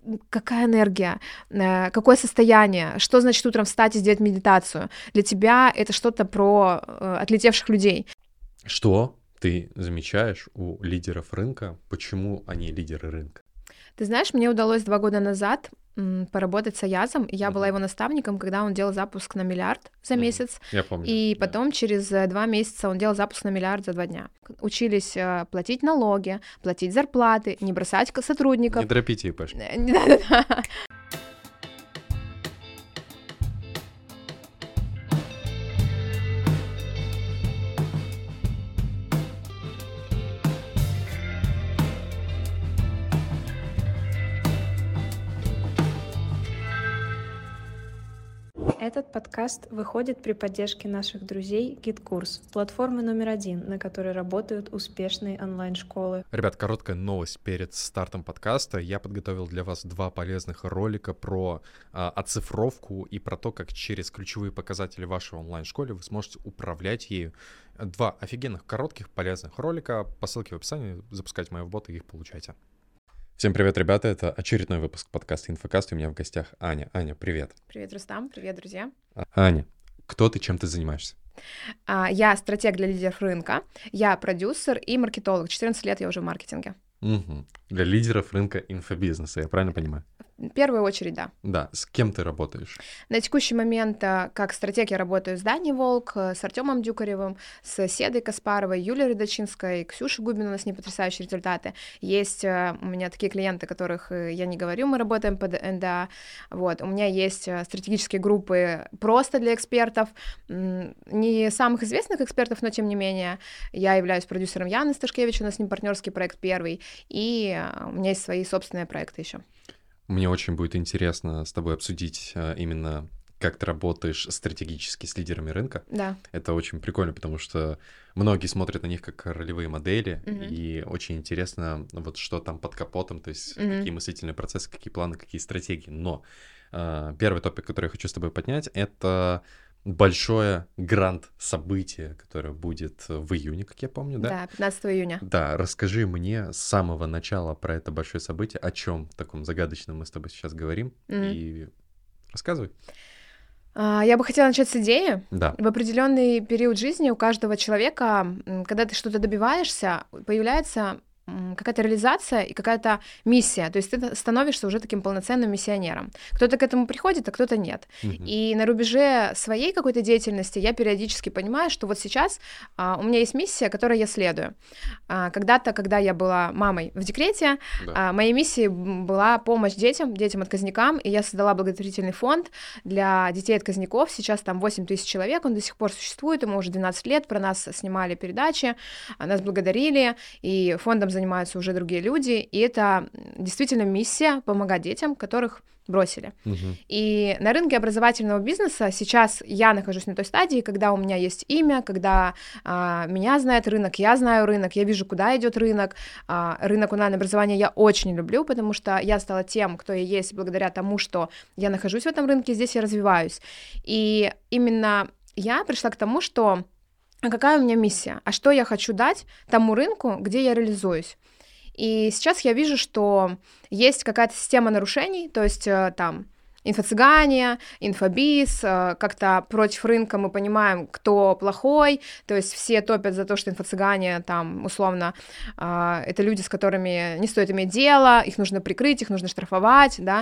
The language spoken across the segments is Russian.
какая энергия, какое состояние, что значит утром встать и сделать медитацию. Для тебя это что-то про отлетевших людей. Что ты замечаешь у лидеров рынка? Почему они лидеры рынка? Ты знаешь, мне удалось 2 года назад поработать с Аязом, и я была его наставником, когда он делал запуск на 1 миллиард за месяц. Я помню. И потом через 2 месяца он делал запуск на 1 миллиард за 2 дня. Учились платить налоги, платить зарплаты, не бросать сотрудников. Не дропите ИПшки. Да-да-да. Этот подкаст выходит при поддержке наших друзей GitKurs, платформы номер 1, на которой работают успешные онлайн-школы. Ребят, короткая новость перед стартом подкаста. Я подготовил для вас 2 полезных ролика про оцифровку и про то, как через ключевые показатели вашей онлайн-школы вы сможете управлять ею. 2 офигенных, коротких, полезных ролика. По ссылке в описании запускайте мои боты и их получайте. Всем привет, ребята, это очередной выпуск подкаста «Инфокаст», и у меня в гостях Аня. Аня, привет. Привет, Рустам, привет, друзья. Аня, кто ты, чем ты занимаешься? Я стратег для лидеров рынка, я продюсер и маркетолог. 14 лет я уже в маркетинге. Для лидеров рынка инфобизнеса, я правильно понимаю? В первую очередь, да. Да, с кем ты работаешь? На текущий момент как стратег я работаю с Даней Волк, с Артемом Дюкаревым, с Седой Каспаровой, Юлией Рядочинской, Ксюшей Губиной, у нас не потрясающие результаты. Есть у меня такие клиенты, которых я не говорю, мы работаем под НДА. Вот. У меня есть стратегические группы просто для экспертов, не самых известных экспертов, но тем не менее. Я являюсь продюсером Яны Сташкевич, у нас с ним партнерский проект первый, и у меня есть свои собственные проекты еще. Мне очень будет интересно с тобой обсудить именно, как ты работаешь стратегически с лидерами рынка. Да. Это очень прикольно, потому что многие смотрят на них как ролевые модели, и очень интересно, вот что там под капотом, то есть какие мыслительные процессы, какие планы, какие стратегии. Но первый топик, который я хочу с тобой поднять, это большое гранд-событие, которое будет в июне, как я помню, да? Да, 15 июня. Да, расскажи мне с самого начала про это большое событие, о чем таком загадочном мы с тобой сейчас говорим, и рассказывай. Я бы хотела начать с идеи. Да. В определенный период жизни у каждого человека, когда ты что-то добиваешься, появляется какая-то реализация и какая-то миссия, то есть ты становишься уже таким полноценным миссионером. Кто-то к этому приходит, а кто-то нет. И на рубеже своей какой-то деятельности я периодически понимаю, что вот сейчас у меня есть миссия, которой я следую. Когда-то, когда я была мамой в декрете, моей миссией была помощь детям-отказникам, и я создала благотворительный фонд для детей-отказников. Сейчас там 8 тысяч человек, он до сих пор существует, ему уже 12 лет, про нас снимали передачи, нас благодарили, и фондом занимаются уже другие люди, и это действительно миссия помогать детям, которых бросили. И на рынке образовательного бизнеса сейчас я нахожусь на той стадии, когда у меня есть имя, когда меня знает рынок, я знаю рынок, я вижу, куда идет рынок. Рынок онлайн-образования я очень люблю, потому что я стала тем, кто я есть, благодаря тому, что я нахожусь в этом рынке, здесь я развиваюсь. И именно я пришла к тому, что а какая у меня миссия? А что я хочу дать тому рынку, где я реализуюсь? И сейчас я вижу, что есть какая-то система нарушений, то есть там инфо-цыгане, инфобиз, как-то против рынка мы понимаем, кто плохой, то есть все топят за то, что инфо-цыгане, там, условно, это люди, с которыми не стоит иметь дело, их нужно прикрыть, их нужно штрафовать, да,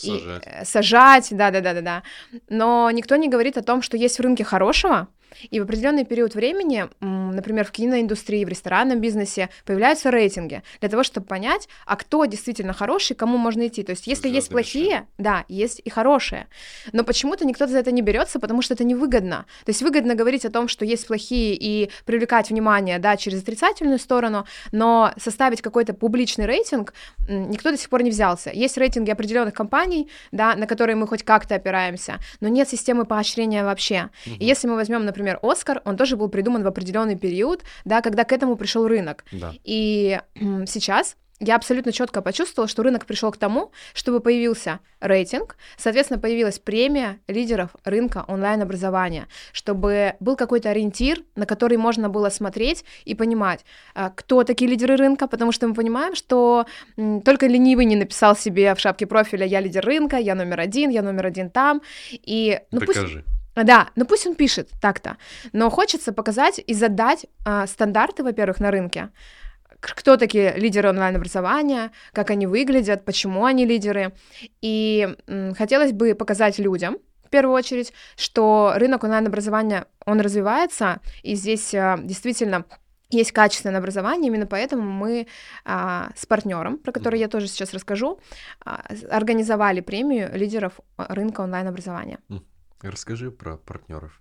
сажать, да. Но никто не говорит о том, что есть в рынке хорошего, и в определенный период времени, например, в киноиндустрии, в ресторанном бизнесе появляются рейтинги для того, чтобы понять, а кто действительно хороший, кому можно идти. То есть если есть плохие, да, есть и хорошие. Но почему-то никто за это не берется, потому что это невыгодно. То есть выгодно говорить о том, что есть плохие и привлекать внимание, да, через отрицательную сторону, но составить какой-то публичный рейтинг никто до сих пор не взялся. Есть рейтинги определенных компаний, да, на которые мы хоть как-то опираемся, но нет системы поощрения вообще. И если мы возьмем, например, Оскар, он тоже был придуман в определенный период, да, когда к этому пришел рынок. Да. И сейчас я абсолютно четко почувствовала, что рынок пришел к тому, чтобы появился рейтинг, соответственно, появилась премия лидеров рынка онлайн-образования, чтобы был какой-то ориентир, на который можно было смотреть и понимать, кто такие лидеры рынка, потому что мы понимаем, что только ленивый не написал себе в шапке профиля «Я лидер рынка», «Я номер один там», и... Докажи. Да, ну пусть он пишет так-то, но хочется показать и задать стандарты, во-первых, на рынке, кто такие лидеры онлайн-образования, как они выглядят, почему они лидеры. И хотелось бы показать людям, в первую очередь, что рынок онлайн-образования, он развивается, и здесь действительно есть качественное образование, именно поэтому мы с партнером, про который я тоже сейчас расскажу, организовали премию лидеров рынка онлайн-образования. Расскажи про партнеров.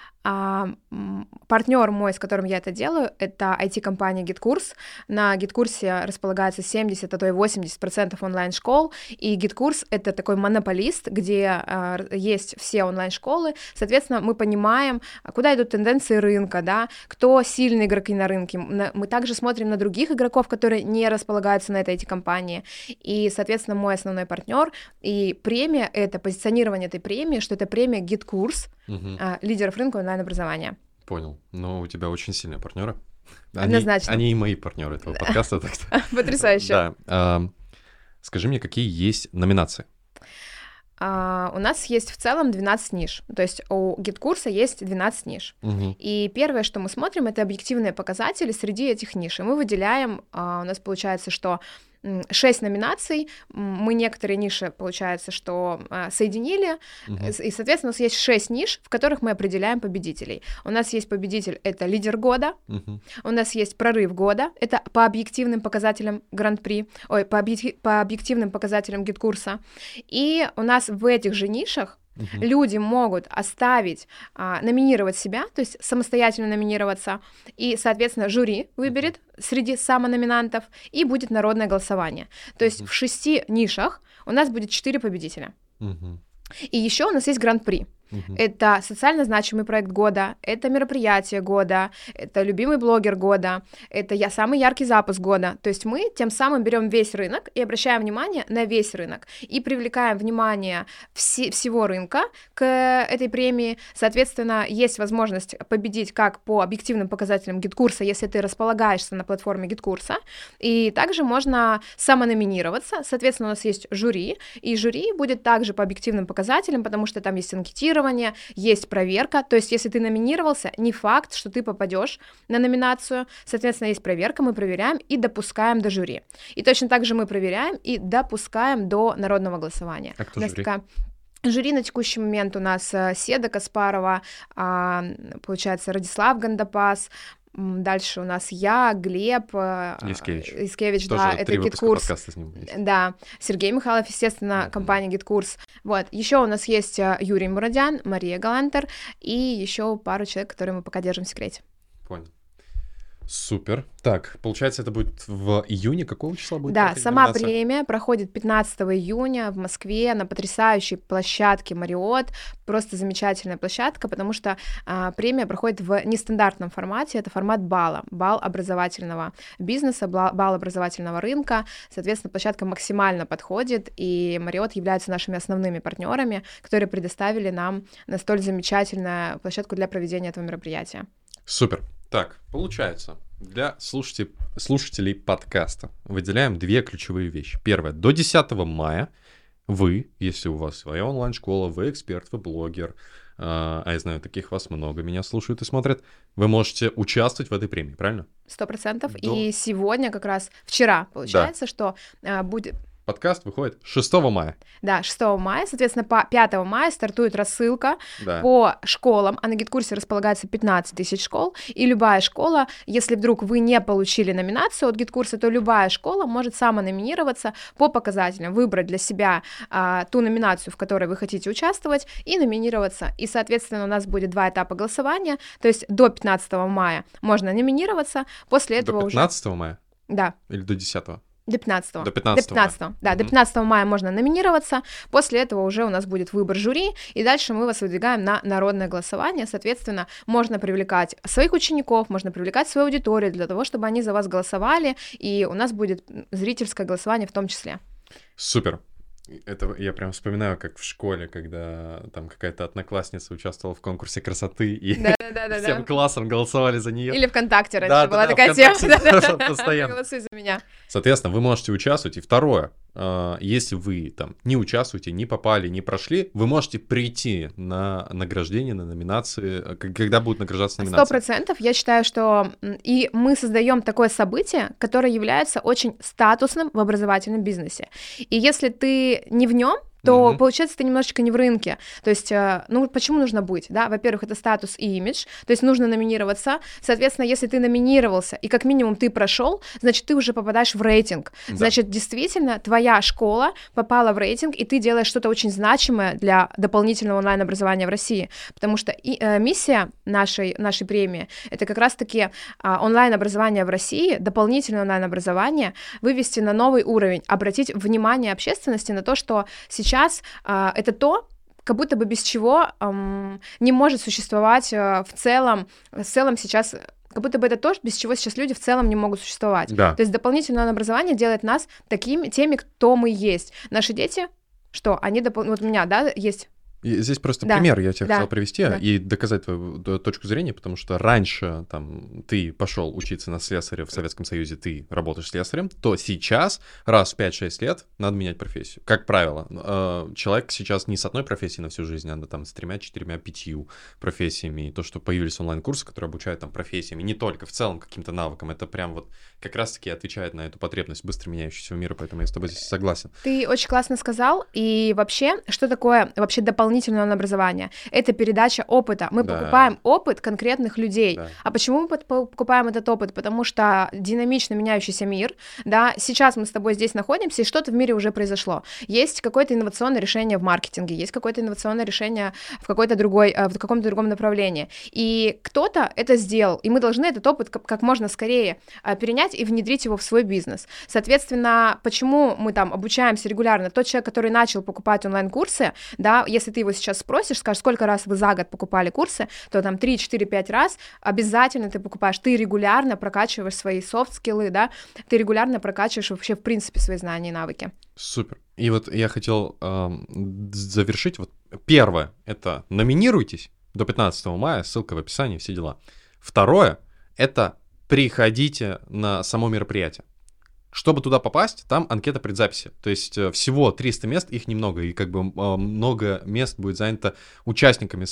Партнер мой, с которым я это делаю, это IT-компания GitKurs. На GitKurs располагается 70, а то и 80% онлайн-школ, и GitKurs — это такой монополист, где есть все онлайн-школы. Соответственно, мы понимаем, куда идут тенденции рынка, да, кто сильные игроки на рынке. Мы также смотрим на других игроков, которые не располагаются на этой IT-компании. И, соответственно, мой основной партнер и премия — это позиционирование этой премии, что это премия GitKurs, лидеров рынка онлайн-образования. Понял. Но у тебя очень сильные партнеры. Однозначно. Они и мои партнеры этого подкаста. Потрясающе. Да. Скажи мне, какие есть номинации? У нас есть в целом 12 ниш, то есть у GitKurs есть 12 ниш. И первое, что мы смотрим, это объективные показатели среди этих ниш. И мы выделяем, у нас получается, что 6 номинаций, мы некоторые ниши, получается, что соединили, и, соответственно, у нас есть 6 ниш, в которых мы определяем победителей. У нас есть победитель — это лидер года, у нас есть прорыв года, это по объективным показателям Гран-при, по объективным показателям GitKurs, и у нас в этих же нишах люди могут оставить, номинировать себя, то есть самостоятельно номинироваться, и, соответственно, жюри выберет среди самономинантов, и будет народное голосование. То есть в 6 нишах у нас будет 4 победителя. И еще у нас есть гран-при. Это социально значимый проект года, это мероприятие года, это любимый блогер года, это самый яркий запуск года. То есть мы тем самым берем весь рынок и обращаем внимание на весь рынок и привлекаем внимание всего рынка к этой премии. Соответственно, есть возможность победить как по объективным показателям GitKurs, если ты располагаешься на платформе GitKurs, и также можно самономинироваться. Соответственно, у нас есть жюри, и жюри будет также по объективным показателям, потому что там есть анкетирование, есть проверка, то есть если ты номинировался, не факт, что ты попадешь на номинацию, соответственно, есть проверка, мы проверяем и допускаем до жюри. И точно так же мы проверяем и допускаем до народного голосования. А кто жюри? Жюри на текущий момент у нас Седа Каспарова, получается, Радислав Гандапас, дальше у нас я, Глеб Искевич, да, это GitKurs, да, Сергей Михайлов, естественно, компания GitKurs. Вот, еще у нас есть Юрий Мурадян, Мария Галантер и еще пару человек, которые мы пока держим в секрете. Понял. Супер. Так, получается, это будет в июне? Какого числа будет? Да, сама премия проходит 15 июня в Москве на потрясающей площадке Marriott. Просто замечательная площадка, потому что премия проходит в нестандартном формате. Это формат балла. Балл образовательного бизнеса, балл образовательного рынка. Соответственно, площадка максимально подходит, и Marriott являются нашими основными партнерами, которые предоставили нам на столь замечательную площадку для проведения этого мероприятия. Супер. Так, получается, для слушателей подкаста выделяем 2 ключевые вещи. Первое, до 10 мая вы, если у вас своя онлайн-школа, вы эксперт, вы блогер, а я знаю, таких вас много, меня слушают и смотрят, вы можете участвовать в этой премии, правильно? 100%. И сегодня, как раз вчера, получается, что будет... Подкаст выходит 6 мая. Да, 6 мая, соответственно, по 5 мая стартует рассылка по школам, а на GitKurs располагается 15 тысяч школ, и любая школа, если вдруг вы не получили номинацию от GitKurs, то любая школа может самономинироваться по показателям, выбрать для себя ту номинацию, в которой вы хотите участвовать, и номинироваться. И, соответственно, у нас будет 2 этапа голосования, то есть до 15 мая можно номинироваться, после этого уже... До 15 мая? Да. Или до 10? До 15-го. До 15-го. До 15-го, да, до 15 мая можно номинироваться, после этого уже у нас будет выбор жюри, и дальше мы вас выдвигаем на народное голосование, соответственно, можно привлекать своих учеников, можно привлекать свою аудиторию для того, чтобы они за вас голосовали, и у нас будет зрительское голосование в том числе. Супер. Это я прям вспоминаю, как в школе, когда там какая-то одноклассница участвовала в конкурсе красоты, и всем классом голосовали за нее. Или ВКонтакте раньше была такая тема. Постоянно. Голосуй за меня. Соответственно, вы можете участвовать. И второе, если вы там не участвуете, не попали, не прошли, вы можете прийти на награждение, на номинации, когда будут награждаться номинации. 100%. Я считаю, что и мы создаем такое событие, которое является очень статусным в образовательном бизнесе. И если ты не в нем, то, получается, ты немножечко не в рынке. То есть, ну, почему нужно быть, да? Во-первых, это статус и имидж, то есть нужно номинироваться. Соответственно, если ты номинировался, и как минимум ты прошел, значит, ты уже попадаешь в рейтинг. Да. Значит, действительно, твоя школа попала в рейтинг, и ты делаешь что-то очень значимое для дополнительного онлайн-образования в России. Потому что миссия нашей премии — это как раз-таки онлайн-образование в России, дополнительное онлайн-образование, вывести на новый уровень, обратить внимание общественности на то, что сейчас это то, как будто бы без чего не может существовать в целом сейчас, как будто бы это то, без чего сейчас люди в целом не могут существовать. Да. То есть дополнительное образование делает нас теми, кто мы есть. Наши дети, что они вот у меня, да, есть. И здесь просто пример я тебе хотел привести и доказать твою точку зрения, потому что раньше там ты пошел учиться на слесаря в Советском Союзе, ты работаешь слесарем, то сейчас раз в 5-6 лет надо менять профессию. Как правило, человек сейчас не с одной профессией на всю жизнь, надо там с 3, 4, 5 профессиями. И то, что появились онлайн-курсы, которые обучают там профессиям, и не только, в целом каким-то навыкам, это прям вот как раз-таки отвечает на эту потребность быстро меняющегося мира, поэтому я с тобой здесь согласен. Ты очень классно сказал, и вообще, что такое вообще дополнительное образование? Это передача опыта. Мы покупаем опыт конкретных людей. Да. А почему мы покупаем этот опыт? Потому что динамично меняющийся мир, да, сейчас мы с тобой здесь находимся, и что-то в мире уже произошло. Есть какое-то инновационное решение в маркетинге, есть какое-то инновационное решение в каком-то другом направлении. И кто-то это сделал, и мы должны этот опыт как можно скорее перенять и внедрить его в свой бизнес. Соответственно, почему мы там обучаемся регулярно? Тот человек, который начал покупать онлайн-курсы, да, если ты его сейчас спросишь, скажешь, сколько раз вы за год покупали курсы, то там 3, 4, 5 раз обязательно ты покупаешь, ты регулярно прокачиваешь свои софт-скиллы, да, ты регулярно прокачиваешь вообще, в принципе, свои знания и навыки. Супер. И вот я хотел завершить. Вот первое — это номинируйтесь до 15 мая, ссылка в описании, все дела. Второе — это приходите на само мероприятие. Чтобы туда попасть, там анкета предзаписи. То есть всего 300 мест, их немного, и как бы много мест будет занято участниками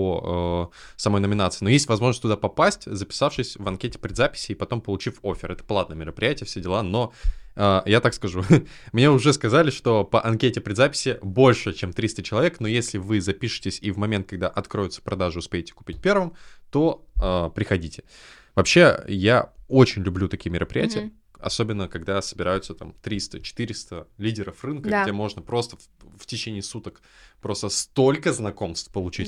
самой номинации. Но есть возможность туда попасть, записавшись в анкете предзаписи и потом получив оффер. Это платное мероприятие, все дела, но я так скажу, мне уже сказали, что по анкете предзаписи больше, чем 300 человек, но если вы запишетесь и в момент, когда откроются продажи, успеете купить первым, то приходите. Вообще, я очень люблю такие мероприятия. Особенно, когда собираются там 300-400 лидеров рынка, где можно просто в течение суток просто столько знакомств получить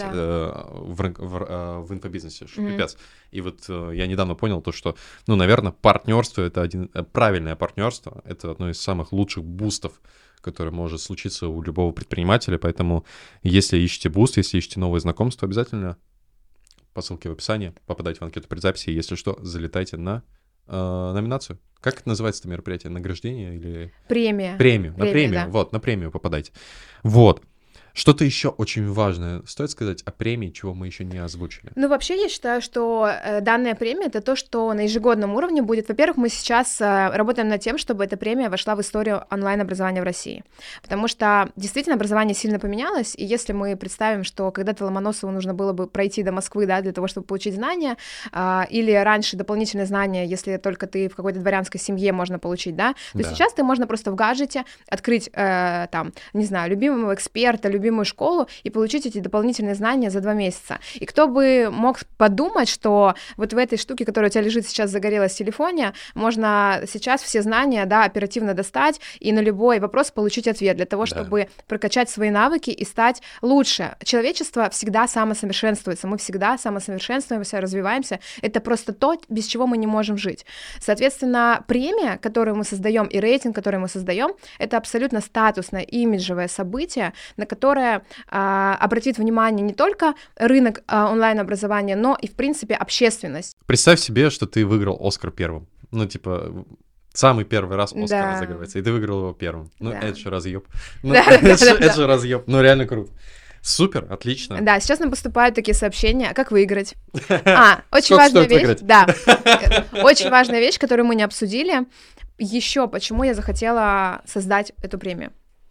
в инфобизнесе, что пипец. И вот я недавно понял то, что, ну, наверное, партнерство — это правильное партнерство, это одно из самых лучших бустов, которое может случиться у любого предпринимателя. Поэтому, если ищете буст, если ищете новые знакомства, обязательно по ссылке в описании попадайте в анкету предзаписи. Если что, залетайте на номинацию. Как это называется, это мероприятие? Награждение или... Премию. На премию, да. Вот, на премию попадайте. Вот. Что-то еще очень важное стоит сказать о премии, чего мы еще не озвучили? Ну, вообще, я считаю, что данная премия — это то, что на ежегодном уровне будет. Во-первых, мы сейчас работаем над тем, чтобы эта премия вошла в историю онлайн-образования в России. Потому что действительно образование сильно поменялось, и если мы представим, что когда-то Ломоносову нужно было бы пройти до Москвы, да, для того, чтобы получить знания, или раньше дополнительные знания, если только ты в какой-то дворянской семье можно получить, да, то сейчас ты можно просто в гаджете открыть, там, не знаю, любимого эксперта, любимого любимую школу и получить эти дополнительные знания за 2 месяца. И кто бы мог подумать, что вот в этой штуке, которая у тебя лежит сейчас, загорелась в телефоне, можно сейчас все знания, да, оперативно достать и на любой вопрос получить ответ для того, чтобы прокачать свои навыки и стать лучше. Человечество всегда самосовершенствуется, мы всегда самосовершенствуемся, развиваемся. Это просто то, без чего мы не можем жить. Соответственно, премия, которую мы создаем, и рейтинг, который мы создаем, это абсолютно статусное, имиджевое событие, на которое обратит внимание не только рынок онлайн-образования, но и, в принципе, общественность. Представь себе, что ты выиграл Оскар первым. Ну, типа, самый первый раз Оскар разыгрывается, и ты выиграл его первым. Ну, это же разъеб. Это же разъеб. Ну, реально круто. Супер, отлично. Да, сейчас нам поступают такие сообщения. Как выиграть? Очень важная вещь. Да, очень важная вещь, которую мы не обсудили. Еще почему я захотела создать эту премию.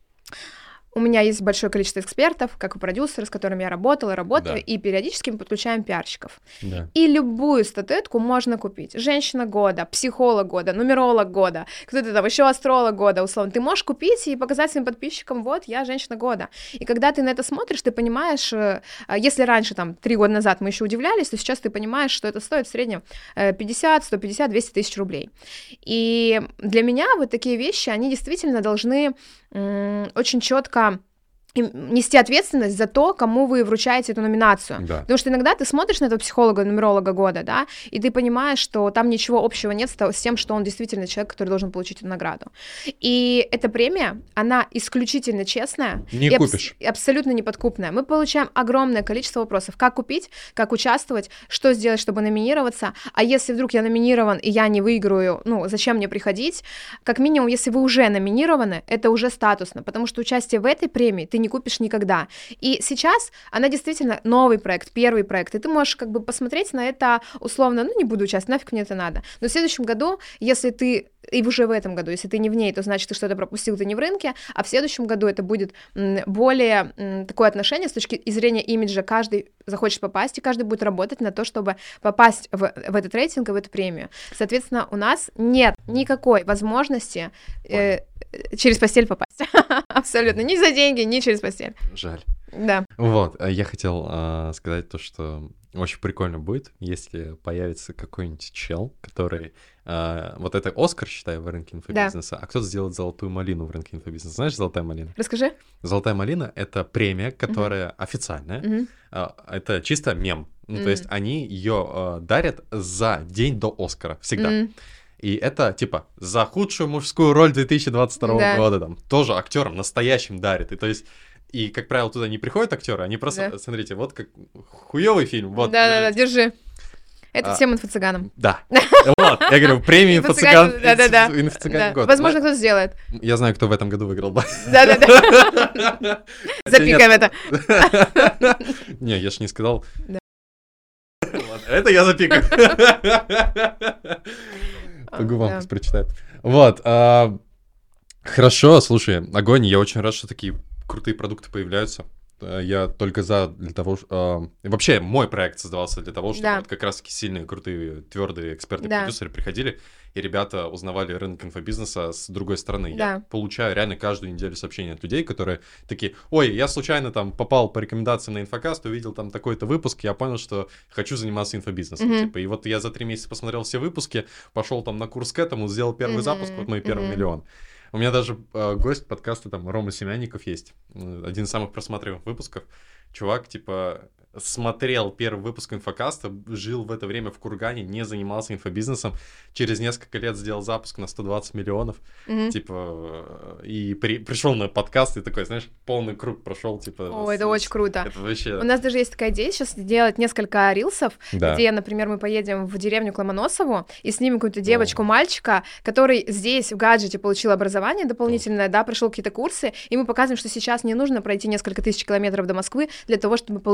У меня есть большое количество экспертов, как и продюсеры, с которыми я работаю, и периодически мы подключаем пиарщиков. Да. И любую статуэтку можно купить. Женщина года, психолог года, нумеролог года, кто-то там еще астролог года, условно. Ты можешь купить и показать своим подписчикам, вот, я женщина года. И когда ты на это смотришь, ты понимаешь, если раньше, там, 3 года назад мы еще удивлялись, то сейчас ты понимаешь, что это стоит в среднем 50, 150, 200 тысяч рублей. И для меня вот такие вещи, они действительно должны очень четко нести ответственность за то, кому вы вручаете эту номинацию. Да. Потому что иногда ты смотришь на этого психолога, нумеролога года, да, и ты понимаешь, что там ничего общего нет с тем, что он действительно человек, который должен получить эту награду. И эта премия, она исключительно честная. Не купишь. Абсолютно неподкупная. Мы получаем огромное количество вопросов. Как купить, как участвовать, что сделать, чтобы номинироваться, а если вдруг я номинирован и я не выиграю, ну, зачем мне приходить? Как минимум, если вы уже номинированы, это уже статусно, потому что участие в этой премии ты не купишь никогда. И сейчас она действительно новый проект, первый проект, и ты можешь как бы посмотреть на это условно, ну, не буду участвовать, нафиг мне это надо. Но в следующем году, если ты, и уже в этом году, если ты не в ней, то значит, ты что-то пропустил, ты не в рынке, а в следующем году это будет более такое отношение с точки зрения имиджа, каждый захочет попасть, и каждый будет работать на то, чтобы попасть в этот рейтинг и в эту премию. Соответственно, у нас нет никакой возможности через постель попасть. Абсолютно. Ни за деньги, ни через постель. Жаль. Да. Вот, я хотел сказать то, что очень прикольно будет, если появится какой-нибудь чел, который... вот это Оскар, считаю, в рынке инфобизнеса, а кто-то сделает золотую малину в рынке инфобизнеса. Знаешь, золотая малина? Расскажи. Золотая малина — это премия, которая официальная. Это чисто мем. Ну, то есть они ее дарят за день до Оскара всегда. И это, типа, за худшую мужскую роль 2022 года, там, тоже актерам настоящим дарят. И то есть, и, как правило, туда не приходят актеры, они просто, смотрите, вот как хуёвый фильм, вот. Да-да-да, держи. Это всем инфо-цыганам. Да. Вот, я говорю, премия инфо-цыган. Да-да-да. Инфо-цыган года. Возможно, кто-то сделает. Я знаю, кто в этом году выиграл, да. Да-да-да. Запикаем это. Не, я ж не сказал. Это я запикаю. По губам прочитаю. Вот. Хорошо, слушай, огонь. Я очень рад, что такие крутые продукты появляются. Я только для того, вообще мой проект создавался для того, чтобы вот как раз-таки сильные, крутые, твердые эксперты-продюсеры приходили, и ребята узнавали рынок инфобизнеса с другой стороны. Я получаю реально каждую неделю сообщения от людей, которые такие: ой, я случайно там попал по рекомендациям на Инфокаст, увидел там такой-то выпуск, я понял, что хочу заниматься инфобизнесом. Типа, и вот я за 3 месяца посмотрел все выпуски, пошел там на курс к этому, сделал первый запуск, вот мой первый миллион. У меня даже гость подкаста, там, Рома Семянников есть, один из самых просматриваемых выпусков. Чувак, типа, смотрел первый выпуск Инфокаста, жил в это время в Кургане, не занимался инфобизнесом, через несколько лет сделал запуск на 120 миллионов, типа, и пришел на подкаст и такой, знаешь, полный круг прошел, типа... О, это очень круто. Это вообще... У нас даже есть такая идея сейчас сделать несколько рилсов, где, например, мы поедем в деревню к Ломоносову и снимем какую-то девочку-мальчика, который здесь в гаджете получил образование дополнительное, да, прошел какие-то курсы, и мы показываем, что сейчас не нужно пройти несколько тысяч километров до Москвы для того, чтобы получить знания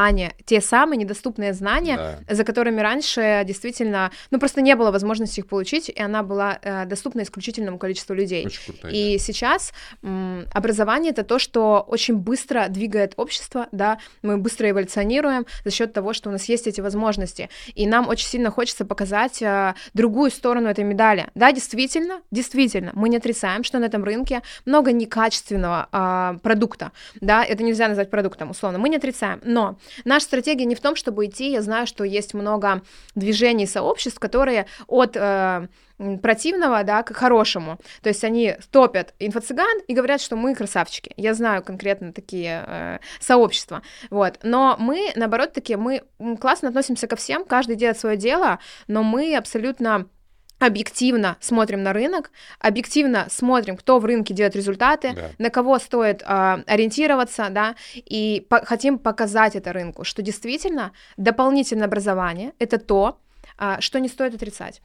знания, те самые недоступные знания, за которыми раньше действительно, просто не было возможности их получить, и она была доступна исключительному количеству людей. Очень крутая и сейчас образование — это то, что очень быстро двигает общество, да, мы быстро эволюционируем за счет того, что у нас есть эти возможности, и нам очень сильно хочется показать другую сторону этой медали. Да, действительно, мы не отрицаем, что на этом рынке много некачественного продукта, да, это нельзя назвать продуктом, условно, мы не отрицаем, но наша стратегия не в том, чтобы идти, я знаю, что есть много движений, сообществ, которые от противного, да, к хорошему. То есть они топят инфо-цыган и говорят, что мы красавчики. Я знаю конкретно такие сообщества. Вот. Но мы, наоборот, мы классно относимся ко всем, каждый делает свое дело, но мы абсолютно объективно смотрим на рынок, объективно смотрим, кто в рынке делает результаты, на кого стоит ориентироваться, да, и хотим показать это рынку, что действительно дополнительное образование — это то, что не стоит отрицать.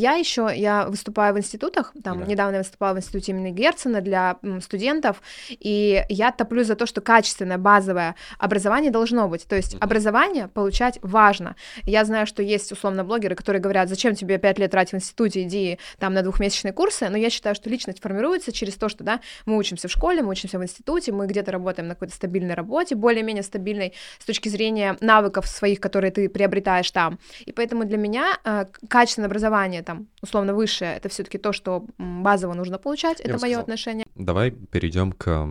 Я выступаю в институтах, недавно я выступала в институте имени Герцена для студентов, и я топлю за то, что качественное базовое образование должно быть, то есть образование получать важно. Я знаю, что есть условно блогеры, которые говорят, зачем тебе 5 лет тратить в институте, иди на 2-месячные курсы, но я считаю, что личность формируется через то, что, да, мы учимся в школе, мы учимся в институте, мы где-то работаем на какой-то стабильной работе, более-менее стабильной с точки зрения навыков своих, которые ты приобретаешь там, и поэтому для меня качественное образование, условно высшее, это все-таки то, что базово нужно получать, это мое отношение. Давай перейдем к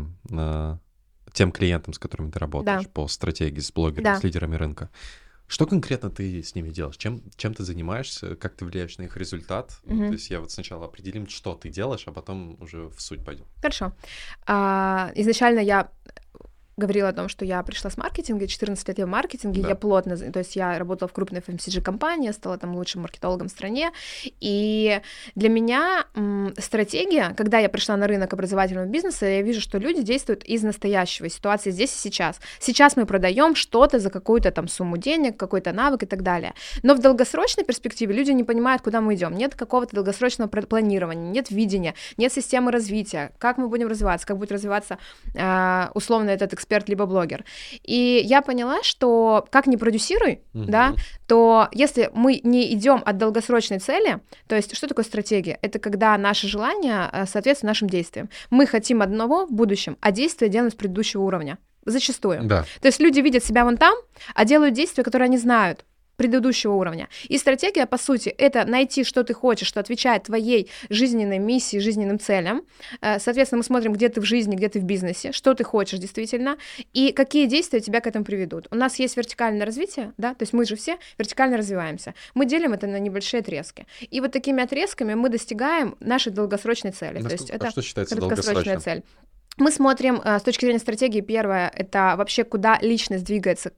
тем клиентам, с которыми ты работаешь, по стратегии с блогерами, с лидерами рынка. Что конкретно ты с ними делаешь? Чем ты занимаешься? Как ты влияешь на их результат? То есть я сначала определим, что ты делаешь, а потом уже в суть пойдем. Хорошо. Изначально я говорила о том, что я пришла с маркетинга, 14 лет я в маркетинге, я плотно, то есть я работала в крупной FMCG-компании, стала лучшим маркетологом в стране, и для меня стратегия, когда я пришла на рынок образовательного бизнеса, я вижу, что люди действуют из настоящего, ситуации здесь и сейчас. Сейчас мы продаем что-то за какую-то сумму денег, какой-то навык и так далее, но в долгосрочной перспективе люди не понимают, куда мы идем, нет какого-то долгосрочного планирования, нет видения, нет системы развития, как мы будем развиваться, как будет развиваться условно этот эксперт либо блогер. И я поняла, что как ни продюсируй, да, то если мы не идем от долгосрочной цели, то есть что такое стратегия? Это когда наши желания соответствуют нашим действиям. Мы хотим одного в будущем, а действия делаем с предыдущего уровня. Зачастую. Да. То есть люди видят себя вон там, а делают действия, которые они знают, предыдущего уровня. И стратегия, по сути, это найти, что ты хочешь, что отвечает твоей жизненной миссии, жизненным целям. Соответственно, мы смотрим, где ты в жизни, где ты в бизнесе, что ты хочешь действительно, и какие действия тебя к этому приведут. У нас есть вертикальное развитие, да, то есть мы же все вертикально развиваемся. Мы делим это на небольшие отрезки. И вот такими отрезками мы достигаем нашей долгосрочной цели. То есть это что считается краткосрочная цель. Мы смотрим с точки зрения стратегии, первое, это вообще куда личность двигается,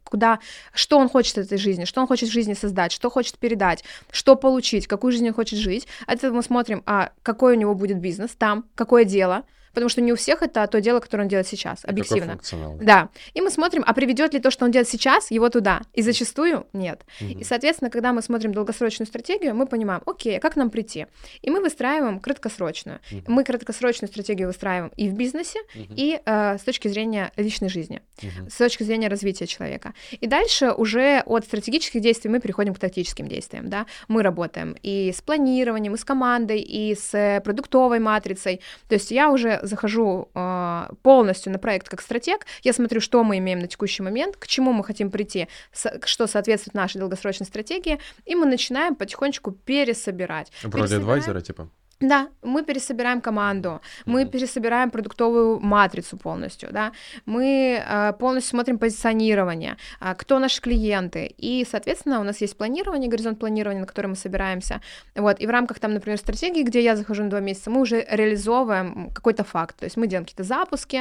что он хочет от этой жизни, что он хочет в жизни создать, что хочет передать, что получить, какую жизнь он хочет жить. Это мы смотрим, какой у него будет бизнес там, какое дело, потому что не у всех это то дело, которое он делает сейчас, объективно. Да. И мы смотрим, приведет ли то, что он делает сейчас, его туда. И зачастую нет. И, соответственно, когда мы смотрим долгосрочную стратегию, мы понимаем, окей, как нам прийти? И мы выстраиваем краткосрочную. Мы краткосрочную стратегию выстраиваем и в бизнесе, и с точки зрения личной жизни, с точки зрения развития человека. И дальше уже от стратегических действий мы переходим к тактическим действиям. Да? Мы работаем и с планированием, и с командой, и с продуктовой матрицей. То есть я уже захожу полностью на проект как стратег, я смотрю, что мы имеем на текущий момент, к чему мы хотим прийти, что соответствует нашей долгосрочной стратегии, и мы начинаем потихонечку пересобирать. Вроде адвайзера, типа? Да, мы пересобираем команду, мы пересобираем продуктовую матрицу полностью, да, мы полностью смотрим позиционирование, кто наши клиенты, и, соответственно, у нас есть планирование, горизонт планирования, на который мы собираемся, вот, и в рамках там, например, стратегии, где я захожу на 2 месяца, мы уже реализовываем какой-то факт, то есть мы делаем какие-то запуски,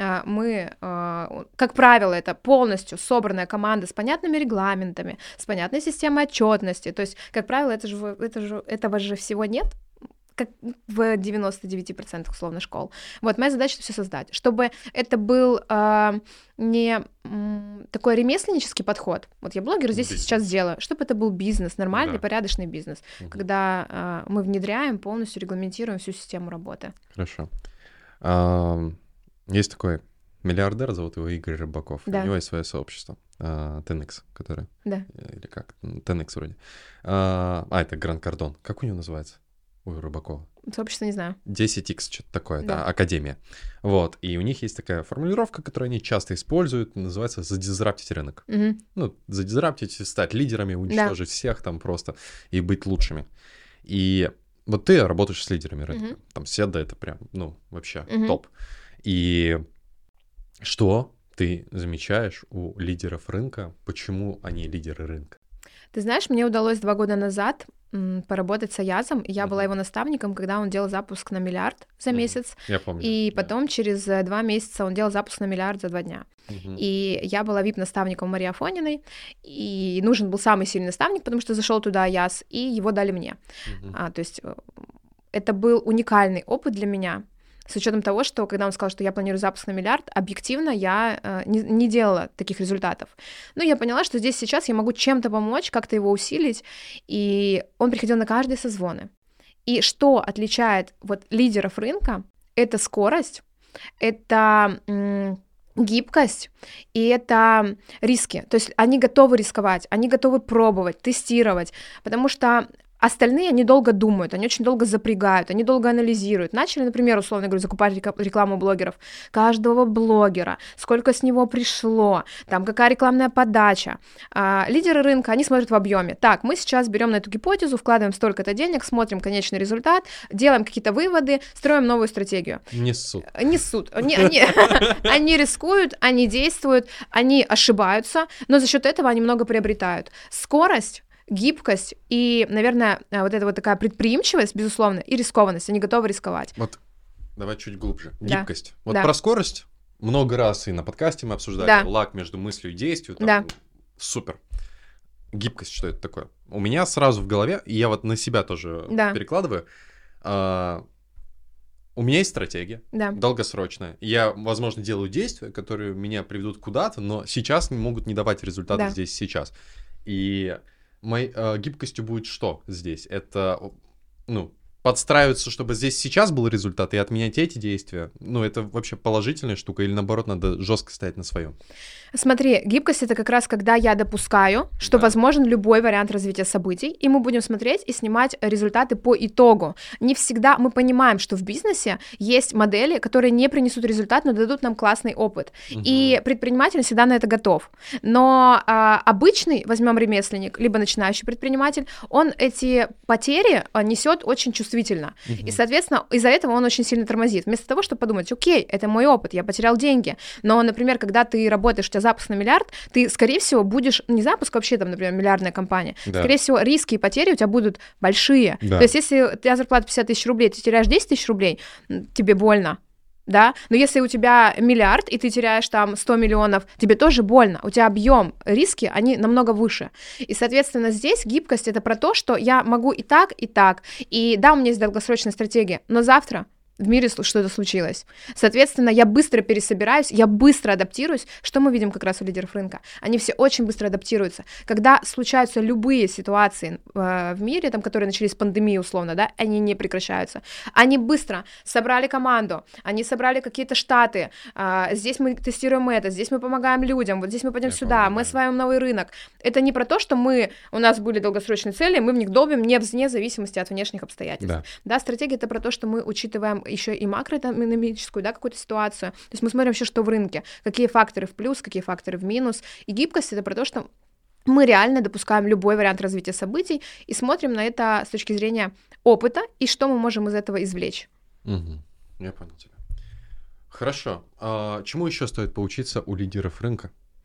мы, как правило, это полностью собранная команда с понятными регламентами, с понятной системой отчетности, то есть, как правило, этого же всего нет, как в 99% условно школ. Вот, моя задача — это все создать, чтобы это был не такой ремесленнический подход. Вот я блогер здесь и сейчас делаю, чтобы это был бизнес, нормальный, порядочный бизнес, когда мы внедряем, полностью регламентируем всю систему работы. Хорошо. Есть такой Миллиардер, зовут его Игорь Рыбаков. Да. У него есть свое сообщество. 10X, которое... Да. Или как? 10X вроде. Это Гранд Кардон. Как у него называется? У Рыбакова. Сообщество не знаю. 10X, что-то такое, Да. да, Академия. Вот, и у них есть такая формулировка, которую они часто используют, называется «задизраптить рынок». Мгм. Ну, задизраптить, стать лидерами, уничтожить всех там просто и быть лучшими. И вот ты работаешь с лидерами рынка. Мгм. Там Седа — это прям, вообще Мгм. топ. И что ты замечаешь у лидеров рынка? Почему они лидеры рынка? Ты знаешь, мне удалось 2 года назад поработать с Аязом, и я была Мгм. его наставником, когда он делал запуск на миллиард за Мгм. месяц, Я помню. и да. потом через 2 месяца он делал запуск на миллиард за 2 дня. Мгм. И я была VIP-наставником Марии Афониной, и нужен был самый сильный наставник, потому что зашел туда Аяз, и его дали мне. Мгм. То есть это был уникальный опыт для меня, с учетом того, что когда он сказал, что я планирую запуск на миллиард, объективно я не делала таких результатов. Но я поняла, что здесь сейчас я могу чем-то помочь, как-то его усилить, и он приходил на каждые созвоны. И что отличает вот лидеров рынка, это скорость, это гибкость, и это риски. То есть они готовы рисковать, они готовы пробовать, тестировать, потому что остальные, они долго думают, они очень долго запрягают, они долго анализируют. Начали, например, условно говоря, закупать рекламу блогеров. Каждого блогера, сколько с него пришло, там какая рекламная подача. Лидеры рынка, они смотрят в объеме. Так, мы сейчас берем на эту гипотезу, вкладываем столько-то денег, смотрим конечный результат, делаем какие-то выводы, строим новую стратегию. Несут. Несут. Они рискуют, они действуют, они ошибаются, но за счет этого они много приобретают. Скорость, гибкость и, наверное, вот эта вот такая предприимчивость, безусловно, и рискованность. Они готовы рисковать. Вот давай чуть глубже. Да. Гибкость. Вот Да. про скорость много раз и на подкасте мы обсуждали. Да. Лаг между мыслью и действием. Там, Да. Супер. Гибкость, что это такое? У меня сразу в голове, и я вот на себя тоже Да. перекладываю, у меня есть стратегия Да. долгосрочная. Я, возможно, делаю действия, которые меня приведут куда-то, но сейчас могут не давать результата Да. здесь сейчас. И моей гибкостью будет что здесь? Это, подстраиваться, чтобы здесь сейчас был результат, и отменять эти действия. Это вообще положительная штука, или наоборот, надо жестко стоять на своем. Смотри, гибкость — это как раз когда я допускаю, что Да. возможен любой вариант развития событий, и мы будем смотреть и снимать результаты по итогу. Не всегда мы понимаем, что в бизнесе есть модели, которые не принесут результат, но дадут нам классный опыт. И предприниматель всегда на это готов. Но обычный, возьмем ремесленник, либо начинающий предприниматель, он эти потери несет очень чувствительно. И, соответственно, из-за этого он очень сильно тормозит. Вместо того, чтобы подумать, окей, это мой опыт, я потерял деньги. Но, например, когда ты работаешь, у тебя запуск на миллиард, ты, скорее всего, будешь... Не запуск вообще, там, например, миллиардная компания. Да. Скорее всего, риски и потери у тебя будут большие. Да. То есть если у тебя зарплата 50 тысяч рублей, ты теряешь 10 тысяч рублей, тебе больно. Да, но если у тебя миллиард, и ты теряешь там 100 миллионов, тебе тоже больно, у тебя объем, риски, они намного выше. И, соответственно, здесь гибкость — это про то, что я могу и так, и да, у меня есть долгосрочная стратегия, но завтра в мире что-то случилось. Соответственно, я быстро пересобираюсь, я быстро адаптируюсь. Что мы видим как раз у лидеров рынка? Они все очень быстро адаптируются. Когда случаются любые ситуации в мире, там, которые начались с пандемии условно, да, они не прекращаются. Они быстро собрали команду, они собрали какие-то штаты. Здесь мы тестируем это, здесь мы помогаем людям, вот здесь мы пойдем сюда, мы осваиваем новый рынок. Это не про то, что у нас были долгосрочные цели, мы в них долбим вне зависимости от внешних обстоятельств. Да, стратегия — это про то, что мы учитываем еще и макроэкономическую, да, какую-то ситуацию. То есть мы смотрим вообще, что в рынке, какие факторы в плюс, какие факторы в минус. И гибкость — это про то, что мы реально допускаем любой вариант развития событий и смотрим на это с точки зрения опыта и что мы можем из этого извлечь. Я понял тебя. Хорошо. Чему еще стоит поучиться у лидеров рынка?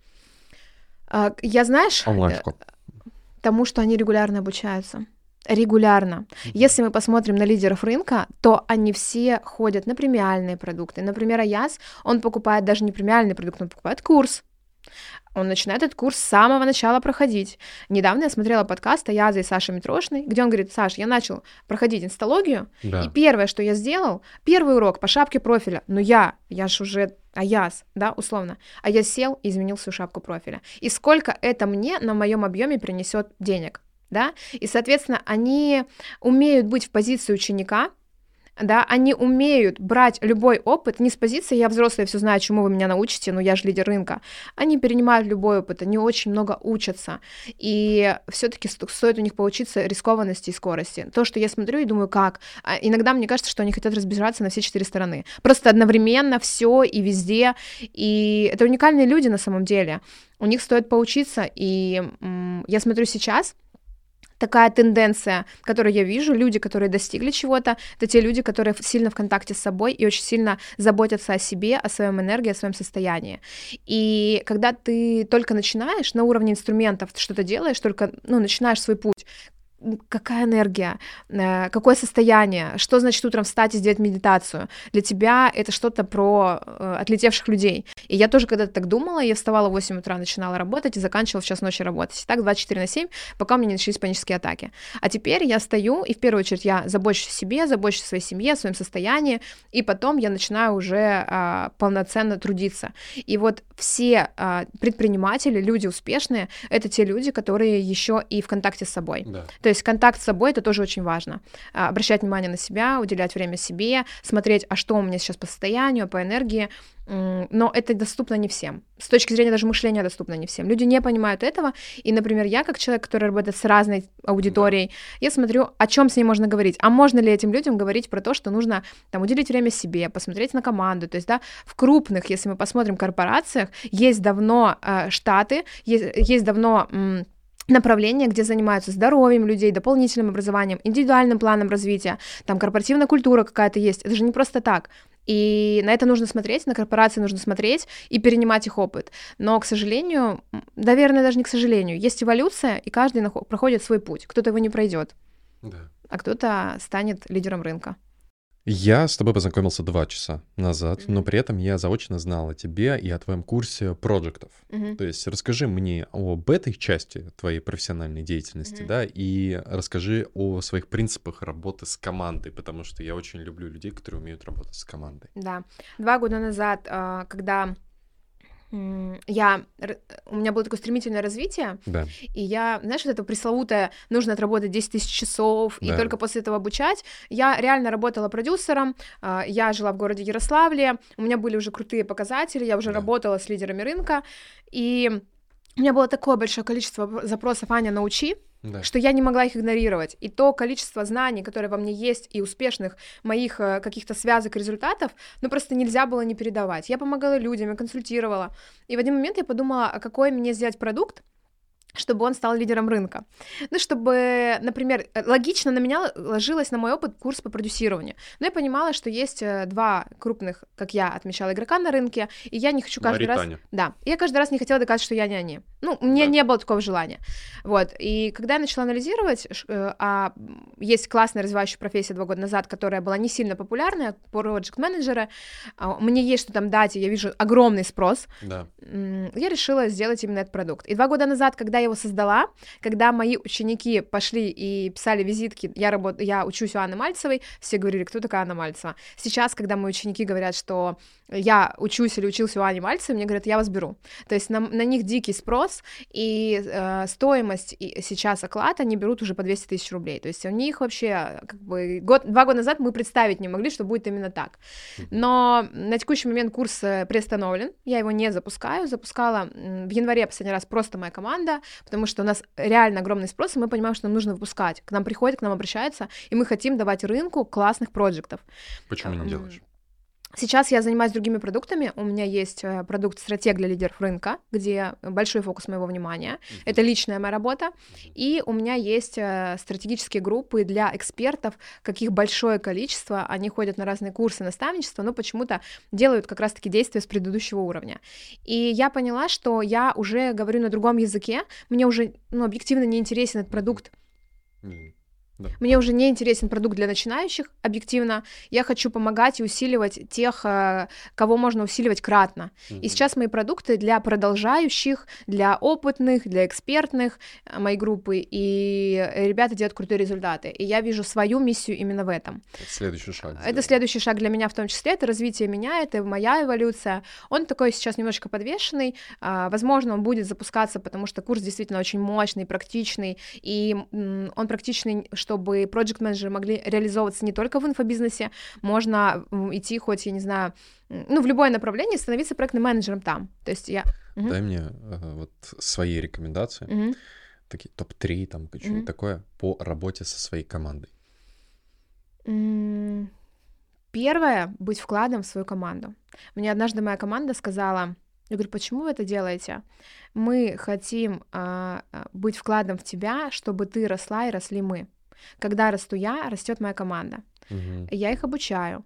Я, знаешь, Онлайн-школ. тому, что они регулярно обучаются. Регулярно. Если мы посмотрим на лидеров рынка, то они все ходят на премиальные продукты. Например, Аяз, он покупает даже не премиальный продукт, он покупает курс. Он начинает этот курс с самого начала проходить. Недавно я смотрела подкаст Аяза и Саши Митрошиной, где он говорит: Саш, я начал проходить инсталогию, и первое, что я сделал, первый урок по шапке профиля, но я ж уже Аяз, да, условно, а я сел и изменил свою шапку профиля. И сколько это мне на моем объеме принесет денег, да? И, соответственно, они умеют быть в позиции ученика, да, они умеют брать любой опыт, не с позиции «я взрослый, я все знаю, чему вы меня научите, но я же лидер рынка». Они перенимают любой опыт, они очень много учатся, и все-таки стоит у них поучиться рискованности и скорости. То, что я смотрю и думаю, как. Иногда мне кажется, что они хотят разбежаться на все 4 стороны. Просто одновременно все и везде, и это уникальные люди на самом деле. У них стоит поучиться, и я смотрю сейчас, такая тенденция, которую я вижу, люди, которые достигли чего-то, это те люди, которые сильно в контакте с собой и очень сильно заботятся о себе, о своем энергии, о своем состоянии. И когда ты только начинаешь на уровне инструментов что-то делаешь, только начинаешь свой путь, какая энергия, какое состояние, что значит утром встать и сделать медитацию. Для тебя это что-то про отлетевших людей. И я тоже когда-то так думала, я вставала в 8 утра, начинала работать и заканчивала в час ночи работать. И так 24/7, пока у меня не начались панические атаки. А теперь я стою, и в первую очередь я забочусь о себе, забочусь о своей семье, о своем состоянии, и потом я начинаю уже полноценно трудиться. И вот все предприниматели, люди успешные, это те люди, которые еще и в контакте с собой. Да. То есть контакт с собой — это тоже очень важно. Обращать внимание на себя, уделять время себе, смотреть, а что у меня сейчас по состоянию, по энергии. Но это доступно не всем. С точки зрения даже мышления доступно не всем. Люди не понимают этого. И, например, я, как человек, который работает с разной аудиторией, я смотрю, о чем с ней можно говорить. А можно ли этим людям говорить про то, что нужно уделить время себе, посмотреть на команду. То есть, да, в крупных, если мы посмотрим, корпорациях, есть давно штаты, есть давно направления, где занимаются здоровьем людей, дополнительным образованием, индивидуальным планом развития, там корпоративная культура какая-то есть. Это же не просто так. И на это нужно смотреть, на корпорации нужно смотреть и перенимать их опыт. Но, к сожалению, наверное, даже не к сожалению, есть эволюция, и каждый проходит свой путь. Кто-то его не пройдет, а кто-то станет лидером рынка. Я с тобой познакомился 2 часа назад, но при этом я заочно знал о тебе и о твоем курсе проектов. То есть расскажи мне об этой части твоей профессиональной деятельности, да, и расскажи о своих принципах работы с командой, потому что я очень люблю людей, которые умеют работать с командой. Да. 2 года назад, когда у меня было такое стремительное развитие, Да. и я, знаешь, вот это пресловутое, нужно отработать 10 тысяч часов, и Да. только после этого обучать. Я реально работала продюсером, я жила в городе Ярославле, у меня были уже крутые показатели, я уже Да. работала с лидерами рынка, и у меня было такое большое количество запросов: «Аня, научи», Да. что я не могла их игнорировать. И то количество знаний, которые во мне есть, и успешных моих каких-то связок, результатов, просто нельзя было не передавать. Я помогала людям, я консультировала. И в один момент я подумала, а какой мне сделать продукт, чтобы он стал лидером рынка. Чтобы, например, логично на меня ложилось, на мой опыт, курс по продюсированию. Но я понимала, что есть 2 крупных, как я отмечала, игрока на рынке, и я не хочу каждый раз... Таня. Да, я каждый раз не хотела доказывать, что я не они. У меня не было такого желания. Вот, и когда я начала анализировать, есть классная развивающая профессия 2 года назад, которая была не сильно популярная, проект-менеджеры, мне есть что там дать, и я вижу огромный спрос, Да. я решила сделать именно этот продукт. И 2 года назад, когда я его создала, когда мои ученики пошли и писали визитки, я учусь у Анны Мальцевой, все говорили, кто такая Анна Мальцева. Сейчас, когда мои ученики говорят, что я учусь или учился у Ани Мальцевой, мне говорят, я вас беру. То есть на них дикий спрос, и стоимость сейчас оклад они берут уже по 200 тысяч рублей. То есть у них вообще 2 года назад мы представить не могли, что будет именно так. Но на текущий момент курс приостановлен, я его не запускаю. Запускала в январе последний раз просто моя команда, потому что у нас реально огромный спрос, и мы понимаем, что нам нужно выпускать. К нам приходят, к нам обращаются, и мы хотим давать рынку классных проектов. Почему не делаешь? Сейчас я занимаюсь другими продуктами. У меня есть продукт «Стратег для лидеров рынка», где большой фокус моего внимания. Это личная моя работа. И у меня есть стратегические группы для экспертов, каких большое количество. Они ходят на разные курсы наставничества, но почему-то делают как раз-таки действия с предыдущего уровня. И я поняла, что я уже говорю на другом языке. Мне уже объективно не интересен этот продукт. Да. Мне уже не интересен продукт для начинающих, объективно. Я хочу помогать и усиливать тех, кого можно усиливать кратно. И сейчас мои продукты для продолжающих, для опытных, для экспертных, моей группы, и ребята делают крутые результаты. И я вижу свою миссию именно в этом. Это следующий шаг. Это следующий шаг для меня в том числе, это развитие меня, это моя эволюция. Он такой сейчас немножечко подвешенный, возможно, он будет запускаться, потому что курс действительно очень мощный, практичный, и он практичный, чтобы проект-менеджеры могли реализовываться не только в инфобизнесе, можно идти хоть, я не знаю, в любое направление, становиться проектным менеджером там. То есть я... Дай мне вот свои рекомендации, такие топ-3, там, что-нибудь такое, по работе со своей командой. Первое — быть вкладом в свою команду. Мне однажды моя команда сказала, я говорю, почему вы это делаете? Мы хотим быть вкладом в тебя, чтобы ты росла и росли мы. Когда расту я, растет моя команда. Я их обучаю.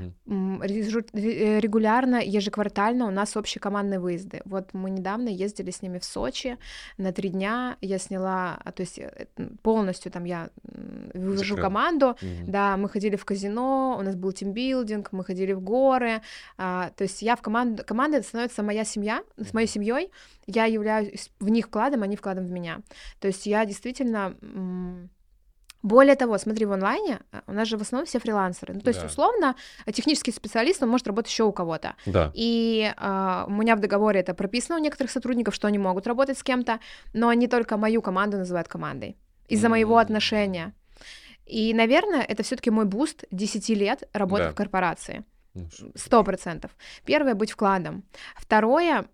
Регулярно, ежеквартально у нас общие командные выезды. Вот мы недавно ездили с ними в Сочи на 3 дня. Я сняла, то есть полностью там я вывожу команду. Да, мы ходили в казино, у нас был тимбилдинг, мы ходили в горы. То есть я в команда становится моя семья, с моей семьей. Я являюсь в них вкладом, они вкладом в меня. То есть я действительно... Более того, смотри, в онлайне у нас же в основном все фрилансеры. Ну, то есть, условно, технический специалист, он может работать еще у кого-то. Да. И у меня в договоре это прописано у некоторых сотрудников, что они могут работать с кем-то, но они только мою команду называют командой из-за моего отношения. И, наверное, это все-таки мой буст 10 лет работы в корпорации. 100%. Первое — быть вкладом. Второе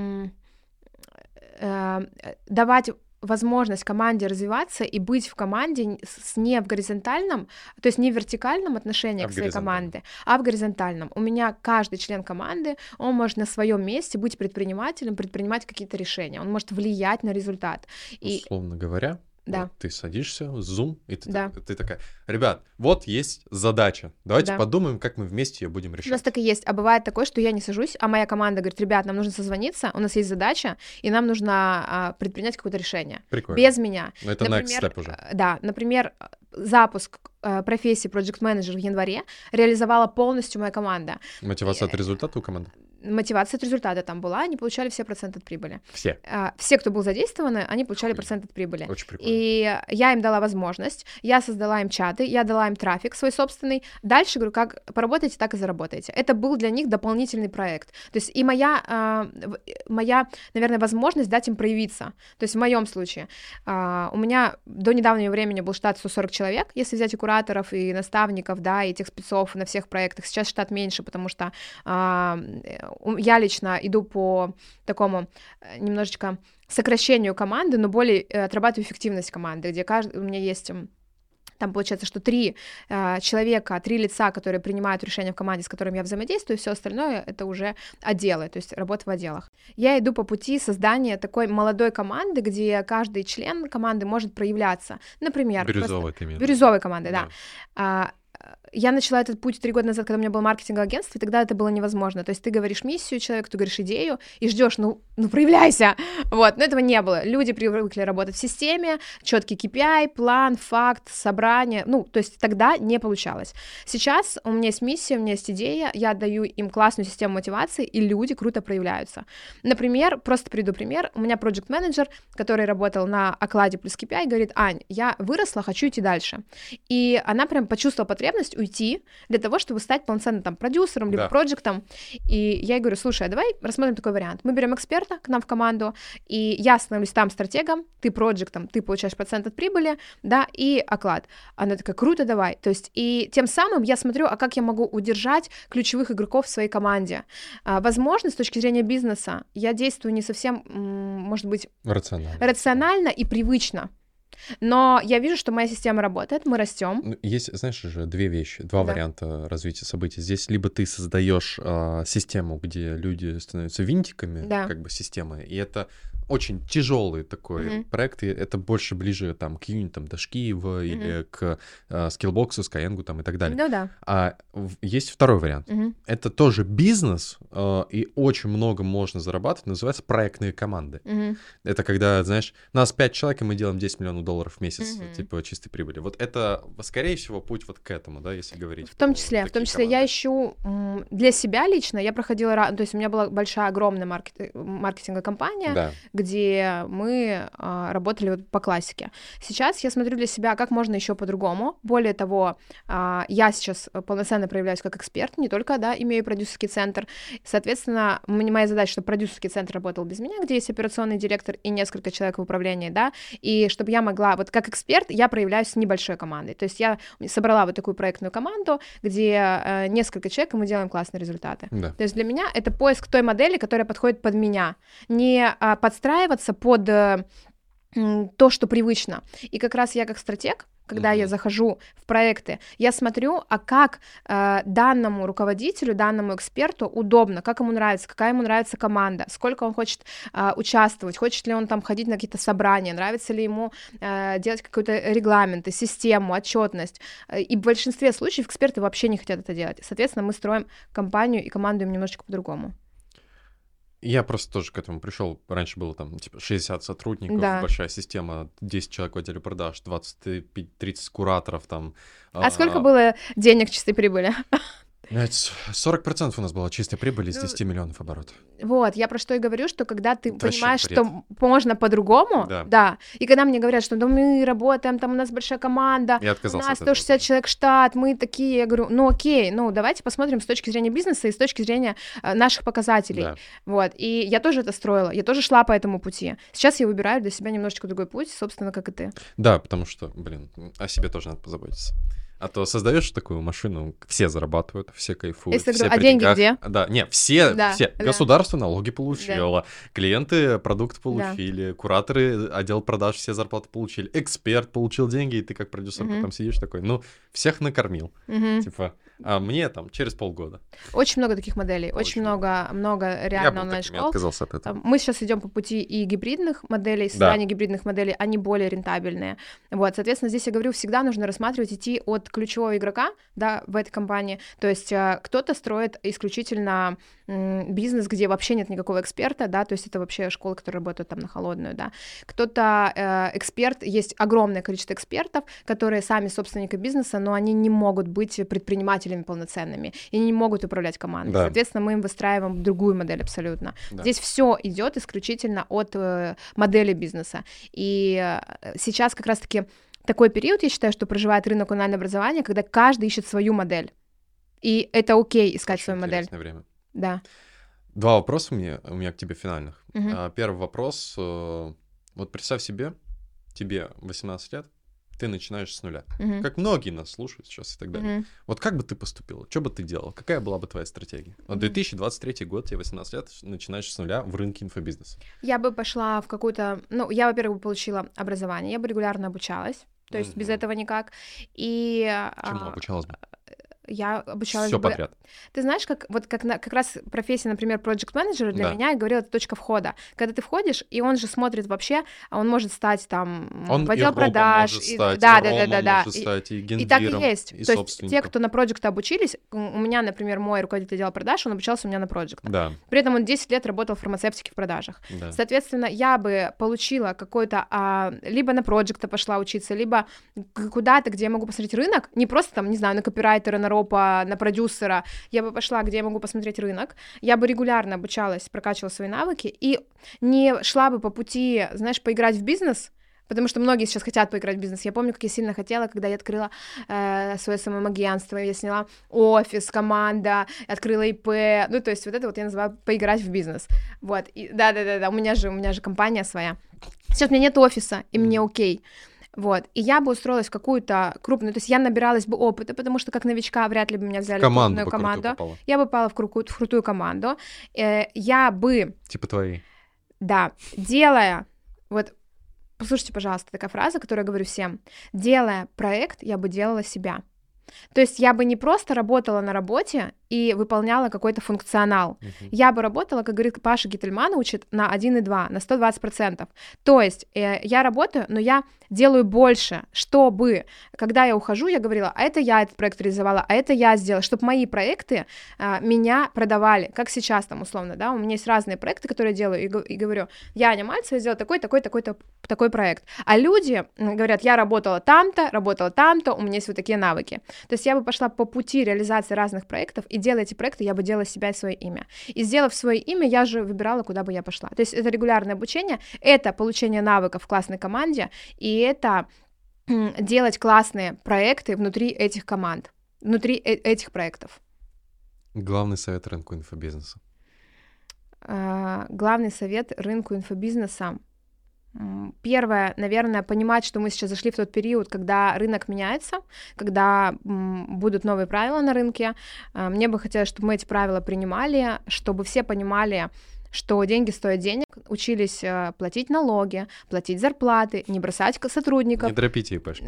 — давать возможность команде развиваться и быть в команде не в горизонтальном, то есть не в вертикальном отношении к своей команде, а в горизонтальном. У меня каждый член команды, он может на своем месте быть предпринимателем, предпринимать какие-то решения, он может влиять на результат. Условно говоря, да. Вот ты садишься в Zoom, и ты такая, ребят, вот есть задача, давайте подумаем, как мы вместе ее будем решать. У нас так и есть, а бывает такое, что я не сажусь, а моя команда говорит, ребят, нам нужно созвониться, у нас есть задача, и нам нужно предпринять какое-то решение. Прикольно. Без меня. Но это next step уже. Да, например, запуск профессии Project Manager в январе реализовала полностью моя команда. Мотивация от результата у команды? Мотивация от результата там была, они получали все проценты от прибыли. Все? Все, кто был задействованы, они получали процент от прибыли. Очень прикольно. И я им дала возможность, я создала им чаты, я дала им трафик свой собственный. Дальше, говорю, как поработаете, так и заработаете. Это был для них дополнительный проект. То есть и моя, наверное, возможность дать им проявиться. То есть в моем случае у меня до недавнего времени был штат 140 человек, если взять и кураторов, и наставников, да, и тех спецов на всех проектах. Сейчас штат меньше, потому что я лично иду по такому немножечко сокращению команды, но более отрабатываю эффективность команды, где у меня есть... Там получается, что 3 человека, 3 лица, которые принимают решения в команде, с которыми я взаимодействую, все остальное — это уже отделы, то есть работа в отделах. Я иду по пути создания такой молодой команды, где каждый член команды может проявляться. Например... Бирюзовой команды, да. Я начала этот путь 3 года назад, когда у меня было маркетинговое агентство, и тогда это было невозможно. То есть ты говоришь миссию человеку, ты говоришь идею, и ждешь, ну проявляйся. Вот, но этого не было. Люди привыкли работать в системе, четкий KPI, план, факт, собрание. То есть тогда не получалось. Сейчас у меня есть миссия, у меня есть идея, я даю им классную систему мотивации, и люди круто проявляются. Например, просто приведу пример. У меня проект-менеджер, который работал на окладе плюс KPI, говорит: Ань, я выросла, хочу идти дальше. И она прям почувствовала потребность уйти для того, чтобы стать полноценным там продюсером, либо проектом. И я ей говорю: слушай, а давай рассмотрим такой вариант. Мы берем эксперта к нам в команду, и я становлюсь там стратегом, ты проектом, ты получаешь процент от прибыли, да, и оклад. Она такая: круто, давай. То есть, и тем самым я смотрю, а как я могу удержать ключевых игроков в своей команде. Возможно, с точки зрения бизнеса, я действую не совсем, может быть, рационально и привычно. Но я вижу, что моя система работает, мы растем. Есть, знаешь же, 2 вещи, 2 варианта развития событий. Здесь либо ты создаешь систему, где люди становятся винтиками, как бы системы, и это очень тяжелый такой проект, и это больше ближе там к юнитам Дашкиева или к скиллбоксу, Skyeng там и так далее. Ну да. А есть второй вариант. Это тоже бизнес, и очень много можно зарабатывать, называется проектные команды. Это когда, знаешь, нас 5 человек, и мы делаем $10 миллионов в месяц, типа чистой прибыли. Вот это, скорее всего, путь вот к этому, да, если говорить. В том числе я ищу для себя лично, я проходила, то есть у меня была большая, огромная маркетинговая компания, где мы работали вот по классике. Сейчас я смотрю для себя, как можно еще по-другому. Более того, я сейчас полноценно проявляюсь как эксперт, не только, да, имею продюсерский центр. Соответственно, моя задача, чтобы продюсерский центр работал без меня, где есть операционный директор и несколько человек в управлении, да, и чтобы я могла, вот как эксперт, я проявляюсь с небольшой командой. То есть я собрала вот такую проектную команду, где несколько человек, и мы делаем классные результаты. Да. То есть для меня это поиск той модели, которая подходит под меня. Не подстраиваться под то, что привычно. И как раз я как стратег, когда я захожу в проекты, я смотрю, а как данному руководителю, данному эксперту удобно, как ему нравится, какая ему нравится команда, сколько он хочет участвовать, хочет ли он там ходить на какие-то собрания, нравится ли ему делать какой-то регламент, систему, отчетность. И в большинстве случаев эксперты вообще не хотят это делать. Соответственно, мы строим компанию и командуем немножечко по-другому. Я просто тоже к этому пришел. Раньше было там типа 60 сотрудников, Да. большая система, 10 человек в отделе продаж, 20-30 кураторов там. А сколько было денег чистой прибыли? 40% у нас было чистой прибыли с 10 миллионов оборотов. Вот, я про что и говорю, что когда ты Это понимаешь, вообще бред. что можно по-другому, Да. да, и когда мне говорят, что да, мы работаем, там у нас большая команда, Я у отказался нас от этого 160 тоже. человек штат, мы такие, я говорю, ну окей, ну давайте посмотрим с точки зрения бизнеса и с точки зрения наших показателей, Да. вот, и я тоже это строила, я тоже шла по этому пути, сейчас я выбираю для себя немножечко другой путь, собственно, как и ты. Да, потому что, о себе тоже надо позаботиться. А то создаешь такую машину, все зарабатывают, все кайфуют, Если все говорю, а при деньги деньгах. где? Да, не, все. Да. Государство налоги получило, клиенты продукт получили, кураторы, отдел продаж все зарплаты получили, эксперт получил деньги, и ты как продюсер потом сидишь такой, ну, всех накормил. Типа, а мне там через полгода. Очень много таких моделей, очень много Я реально бы онлайн-школ. отказался от этого. Мы сейчас идем по пути и гибридных моделей, создания гибридных моделей, они более рентабельные. Вот, соответственно, здесь я говорю, всегда нужно рассматривать, идти от ключевого игрока, да, в этой компании. То есть кто-то строит исключительно бизнес, где вообще нет никакого эксперта, да, то есть это вообще школы, которые работают там на холодную, да. Кто-то эксперт, есть огромное количество экспертов, которые сами собственники бизнеса, но они не могут быть предпринимателями полноценными и не могут управлять командой. Да. Соответственно, мы им выстраиваем другую модель абсолютно. Да. Здесь все идет исключительно от модели бизнеса. И сейчас как раз-таки такой период, я считаю, что проживает рынок онлайн-образования, когда каждый ищет свою модель. И это окей искать Очень свою модель. интересное время. Да. Два вопроса у меня к тебе финальных. Мгм. Первый вопрос. Вот представь себе, тебе 18 лет, ты начинаешь с нуля. Мгм. Как многие нас слушают сейчас и так далее. Мгм. Вот как бы ты поступила? Что бы ты делала? Какая была бы твоя стратегия? Вот 2023 год, тебе 18 лет, начинаешь с нуля в рынке инфобизнеса. Я бы пошла в какую-то... Ну, я, во-первых, бы получила образование, я бы регулярно обучалась, то есть без этого никак. И Чему обучалась бы? я обучалась Все бы... подряд. Ты знаешь, как раз профессия, например, проект-менеджера для Да. меня, я говорила, это точка входа. Когда ты входишь, и он же смотрит вообще, а он может стать там Он в отдел и робом продаж. может стать, да, и ромом может стать, и И так и гендиром, есть. и То есть те, собственником. кто на проекта обучились, у меня, например, мой руководитель отдела продаж, он обучался у меня на проекта. Да, При этом он 10 лет работал в фармацевтике в продажах. да. Соответственно, я бы получила какой-то, либо на проекта пошла учиться, либо куда-то, где я могу посмотреть рынок, не просто там, не знаю, на копирайтера, на ропа, на продюсера, я бы пошла, где я могу посмотреть рынок, я бы регулярно обучалась, прокачивала свои навыки и не шла бы по пути, знаешь, поиграть в бизнес, потому что многие сейчас хотят поиграть в бизнес. Я помню, как я сильно хотела, когда я открыла свое СММ-агентство, я сняла офис, команда, открыла ИП, ну, то есть вот это вот я называю поиграть в бизнес. Вот, да, у меня же компания своя. Сейчас у меня нет офиса, и мне окей. Вот, и я бы устроилась в какую-то крупную, то есть я набиралась бы опыта, потому что как новичка вряд ли бы меня взяли в крупную бы команду. крутую попала. Я бы попала в крутую команду. Я бы, Типа твои. да, делая, вот, послушайте, пожалуйста, такая фраза, которую я говорю всем, делая проект, я бы делала себя. То есть я бы не просто работала на работе и выполняла какой-то функционал. Я бы работала, как говорит Паша Гительман, учит на 1,2, на 120%. То есть я работаю, но я делаю больше, чтобы, когда я ухожу, я говорила, а это я этот проект реализовала, а это я сделала, чтобы мои проекты меня продавали, как сейчас там условно, да, у меня есть разные проекты, которые я делаю, и говорю, я, Аня Мальцева, сделала такой проект. А люди говорят, я работала там-то, у меня есть вот такие навыки. То есть я бы пошла по пути реализации разных проектов, и делая эти проекты, я бы делала себя и свое имя. И сделав свое имя, я же выбирала, куда бы я пошла. То есть это регулярное обучение, это получение навыков в классной команде, и это делать классные проекты внутри этих команд, внутри этих проектов. Главный совет рынку инфобизнеса. Главный совет рынку инфобизнеса. Первое, наверное, понимать, что мы сейчас зашли в тот период, когда рынок меняется, когда будут новые правила на рынке. Мне бы хотелось, чтобы мы эти правила принимали, чтобы все понимали, что деньги стоят денег, учились платить налоги, платить зарплаты, не бросать сотрудников. Не дропите ИПшки.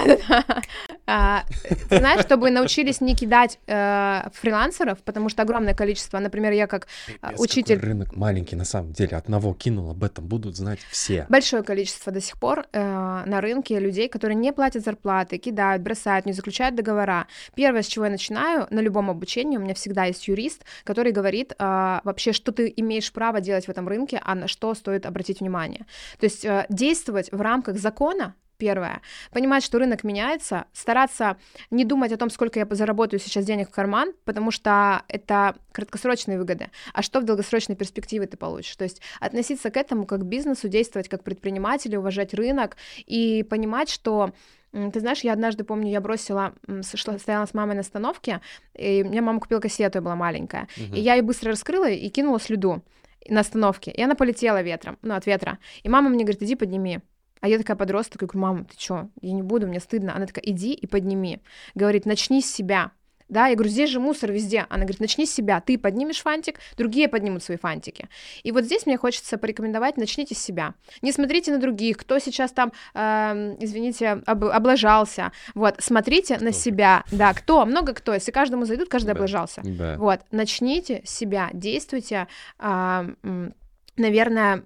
Ты знаешь, чтобы научились не кидать фрилансеров, потому что огромное количество, например, я как учитель... Рынок маленький, на самом деле, одного кинул, об этом будут знать все. Большое количество до сих пор на рынке людей, которые не платят зарплаты, кидают, бросают, не заключают договора. Первое, с чего я начинаю, на любом обучении, у меня всегда есть юрист, который говорит вообще, что ты имеешь право делать в этом рынке, а на что стоит обратить внимание. То есть действовать в рамках закона, первое, понимать, что рынок меняется, стараться не думать о том, сколько я заработаю сейчас денег в карман, потому что это краткосрочные выгоды, а что в долгосрочной перспективе ты получишь. То есть относиться к этому как к бизнесу, действовать как предприниматель, уважать рынок и понимать, что ты знаешь, я однажды, помню, я стояла с мамой на остановке, и мне мама купила кассету, я была маленькая, и я ее быстро раскрыла и кинула слюду на остановке, и она полетела от ветра, и мама мне говорит, иди подними. А я такая подросток, я говорю, мама, ты чё, я не буду, мне стыдно. Она такая, иди и подними. Говорит, начни с себя. Да, я говорю, здесь же мусор везде. Она говорит, начни с себя, ты поднимешь фантик, другие поднимут свои фантики. И вот здесь мне хочется порекомендовать, начните с себя. Не смотрите на других, кто сейчас там, извините, облажался. Вот, смотрите на себя. Да, много кто, если каждому зайдут, каждый облажался. Да. Вот, начните с себя, действуйте, наверное,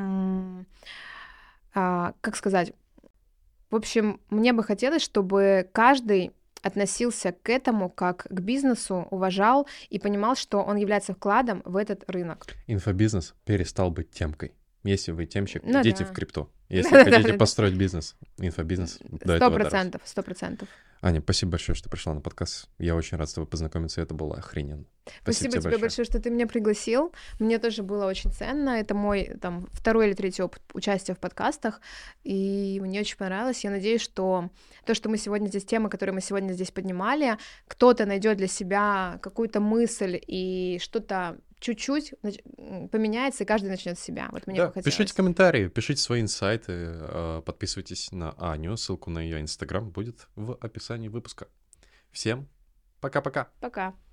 как сказать, в общем, мне бы хотелось, чтобы каждый относился к этому как к бизнесу, уважал и понимал, что он является вкладом в этот рынок. Инфобизнес перестал быть темкой. Если вы темщик, Ну идите да. в крипту. Если хотите построить бизнес, инфобизнес до этого дороже. 100%. Аня, спасибо большое, что пришла на подкаст. Я очень рад с тобой познакомиться, это было охрененно. Спасибо тебе большое, что ты меня пригласил. Мне тоже было очень ценно. Это мой второй или третий опыт участия в подкастах, и мне очень понравилось. Я надеюсь, что то, что мы сегодня здесь, темы, которые мы сегодня здесь поднимали, кто-то найдет для себя какую-то мысль и что-то чуть-чуть поменяется, и каждый начнет с себя. Вот мне бы хотелось. Пишите комментарии, пишите свои инсайты, подписывайтесь на Аню, ссылку на ее инстаграм будет в описании выпуска. Всем пока-пока. Пока.